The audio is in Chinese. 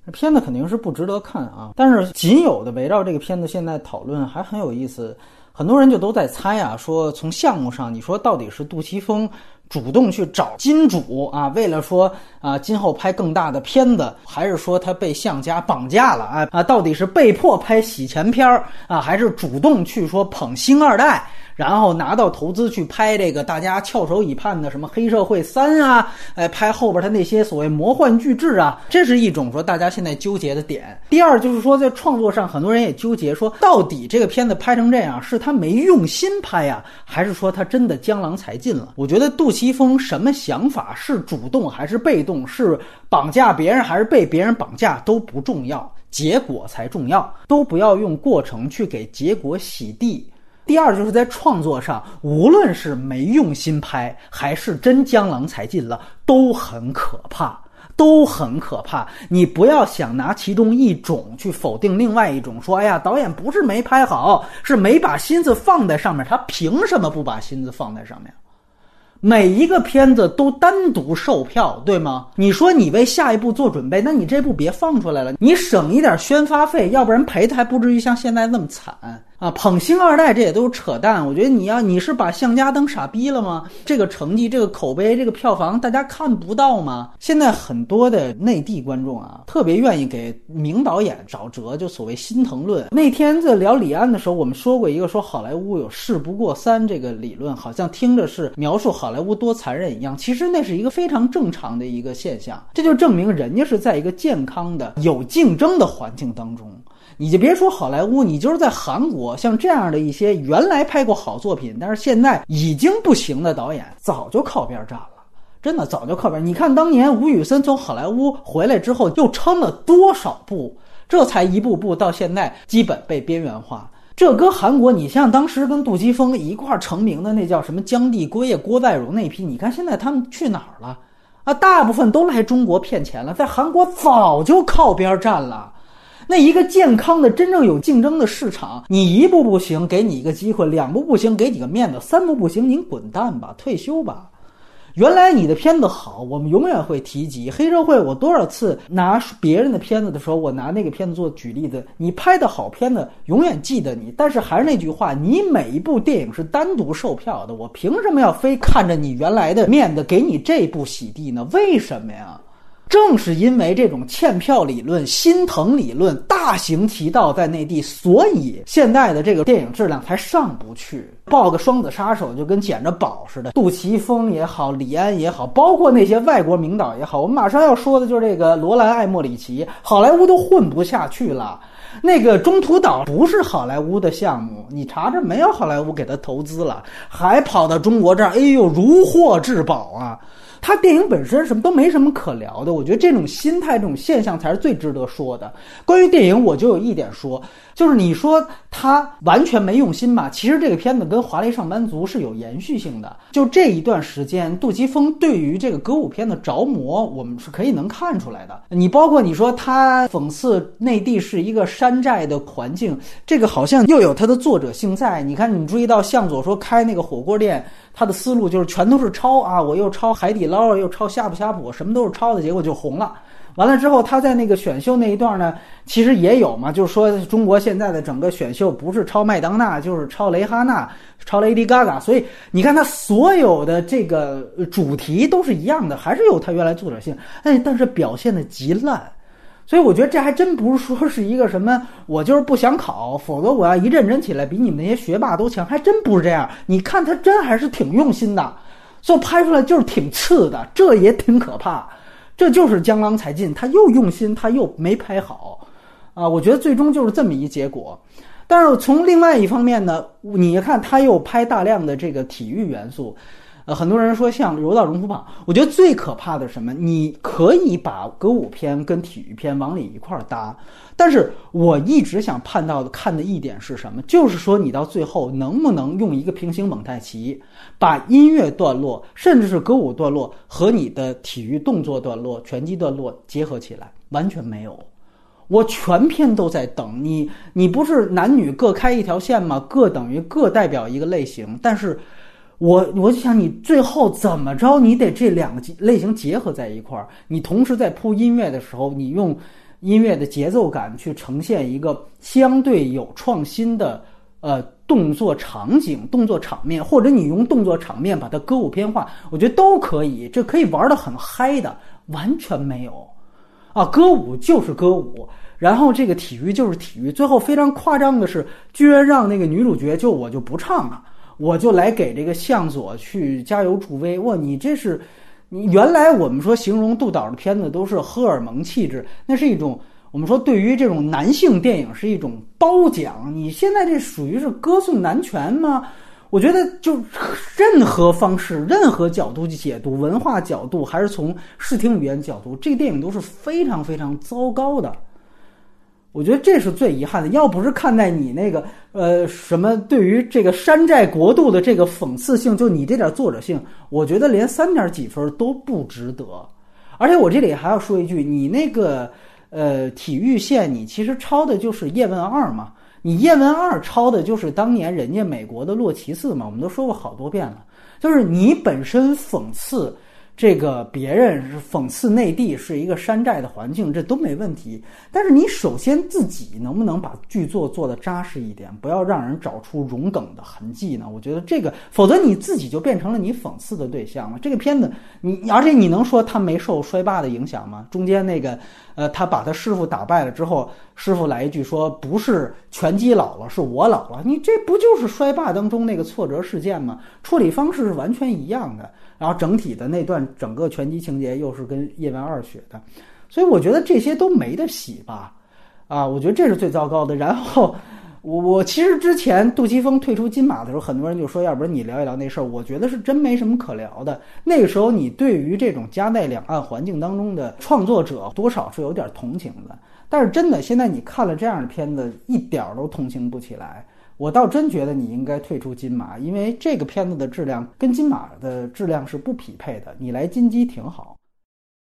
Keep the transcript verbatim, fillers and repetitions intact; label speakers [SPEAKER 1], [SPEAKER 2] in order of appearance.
[SPEAKER 1] 片子肯定是不值得看啊，但是仅有的围绕这个片子现在讨论还很有意思。很多人就都在猜啊，说从项目上，你说到底是杜琪峰主动去找金主啊，为了说啊今后拍更大的片子，还是说他被项家绑架了啊啊，到底是被迫拍洗钱片啊，还是主动去说捧星二代，然后拿到投资去拍这个大家翘首以盼的什么黑社会三啊，哎，拍后边他那些所谓魔幻巨制啊，这是一种说大家现在纠结的点。第二就是说在创作上，很多人也纠结说，到底这个片子拍成这样，是他没用心拍呀，还是说他真的江郎才尽了？我觉得杜琪峰什么想法，是主动还是被动，是绑架别人还是被别人绑架都不重要，结果才重要，都不要用过程去给结果洗地。第二就是在创作上，无论是没用心拍还是真江郎才尽了，都很可怕，都很可怕。你不要想拿其中一种去否定另外一种，说哎呀导演不是没拍好，是没把心思放在上面，他凭什么不把心思放在上面？每一个片子都单独售票，对吗？你说你为下一部做准备，那你这部别放出来了，你省一点宣发费，要不然赔的还不至于像现在那么惨啊！捧星二代这也都是扯淡，我觉得你要你是把项家当傻逼了吗？这个成绩、这个口碑、这个票房，大家看不到吗？现在很多的内地观众啊，特别愿意给名导演找辙，就所谓心疼论。那天在聊李安的时候，我们说过一个说好莱坞有事不过三这个理论，好像听着是描述好莱坞多残忍一样，其实那是一个非常正常的一个现象，这就证明人家是在一个健康的、有竞争的环境当中。你就别说好莱坞，你就是在韩国，像这样的一些原来拍过好作品，但是现在已经不行的导演，早就靠边站了，真的早就靠边。你看当年吴宇森从好莱坞回来之后，又撑了多少部，这才一步步到现在基本被边缘化。这搁韩国，你像当时跟杜琪峰一块成名的那叫什么姜帝郭叶郭在荣那批，你看现在他们去哪儿了啊？大部分都来中国骗钱了，在韩国早就靠边站了。那一个健康的真正有竞争的市场，你一步不行给你一个机会，两步不行给你个面子，三步不行您滚蛋吧，退休吧。原来你的片子好，我们永远会提及黑社会。我多少次拿别人的片子的时候，我拿那个片子做举例子，你拍的好片子永远记得你，但是还是那句话，你每一部电影是单独售票的，我凭什么要非看着你原来的面子给你这部洗地呢？为什么呀？正是因为这种欠票理论、心疼理论大行其道在内地，所以现在的这个电影质量才上不去。报个双子杀手就跟捡着宝似的，杜琪峰也好，李安也好，包括那些外国名导也好，我们马上要说的就是这个罗兰·艾默里奇，好莱坞都混不下去了。那个中途岛不是好莱坞的项目，你查查，没有好莱坞给他投资了，还跑到中国这儿，哎呦，如获至宝啊！他电影本身什么都没什么可聊的，我觉得这种心态、这种现象才是最值得说的。关于电影，我就有一点说，就是你说他完全没用心吧，其实这个片子跟《华丽上班族》是有延续性的。就这一段时间，杜琪峰对于这个歌舞片的着魔，我们是可以能看出来的。你包括你说他讽刺内地是一个山寨的环境，这个好像又有他的作者性在。你看，你注意到向佐说开那个火锅店，他的思路就是全都是抄啊，我又抄海底捞，又抄呷哺呷哺，什么都是抄的，结果就红了。完了之后，他在那个选秀那一段呢，其实也有嘛，就是说中国现在的整个选秀不是抄麦当娜，就是抄蕾哈娜，抄 Lady Gaga， 所以你看他所有的这个主题都是一样的，还是有他原来作者性，哎，但是表现的极烂。所以我觉得这还真不是说是一个什么我就是不想考，否则我要一认真起来比你们那些学霸都强，还真不是这样。你看他真还是挺用心的，所以拍出来就是挺次的，这也挺可怕。这就是江郎才尽，他又用心他又没拍好啊！我觉得最终就是这么一结果。但是从另外一方面呢，你看他又拍大量的这个体育元素，呃，很多人说像《柔道龙虎榜》，我觉得最可怕的是什么？你可以把歌舞片跟体育片往里一块搭，但是我一直想判到的看的一点是什么？就是说你到最后能不能用一个平行蒙太奇，把音乐段落甚至是歌舞段落和你的体育动作段落、拳击段落结合起来？完全没有。我全篇都在等你，你不是男女各开一条线吗？各等于各代表一个类型，但是我我就想你最后怎么着，你得这两个类型结合在一块儿。你同时在铺音乐的时候，你用音乐的节奏感去呈现一个相对有创新的呃动作场景、动作场面，或者你用动作场面把它歌舞片化，我觉得都可以，这可以玩得很嗨的，完全没有啊，歌舞就是歌舞，然后这个体育就是体育，最后非常夸张的是，居然让那个女主角就我就不唱了，我就来给这个向佐去加油助威。哇，你这是你原来我们说形容杜导的片子都是荷尔蒙气质，那是一种我们说对于这种男性电影是一种褒奖，你现在这属于是歌颂男权吗？我觉得就任何方式任何角度去解读，文化角度还是从视听语言角度，这个电影都是非常非常糟糕的。我觉得这是最遗憾的，要不是看在你那个呃什么对于这个山寨国度的这个讽刺性，就你这点作者性，我觉得连三点几分都不值得。而且我这里还要说一句，你那个呃体育线你其实抄的就是叶问二嘛，你叶问二抄的就是当年人家美国的洛奇四嘛，我们都说过好多遍了，就是你本身讽刺这个别人是讽刺内地是一个山寨的环境，这都没问题。但是你首先自己能不能把剧作做得扎实一点，不要让人找出融梗的痕迹呢？我觉得这个，否则你自己就变成了你讽刺的对象了。这个片子，你而且你能说他没受摔霸的影响吗？中间那个，呃，他把他师傅打败了之后，师傅来一句说不是拳击老了，是我老了。你这不就是摔霸当中那个挫折事件吗？处理方式是完全一样的。然后整体的那段整个拳击情节又是跟叶问二学的，所以我觉得这些都没得洗吧，啊，我觉得这是最糟糕的。然后我我其实之前杜琪峰退出金马的时候，很多人就说，要不然你聊一聊那事儿，我觉得是真没什么可聊的。那个时候你对于这种夹在两岸环境当中的创作者，多少是有点同情的。但是真的，现在你看了这样的片子，一点都同情不起来。我倒真觉得你应该退出金马，因为这个片子的质量跟金马的质量是不匹配的，你来金鸡挺好。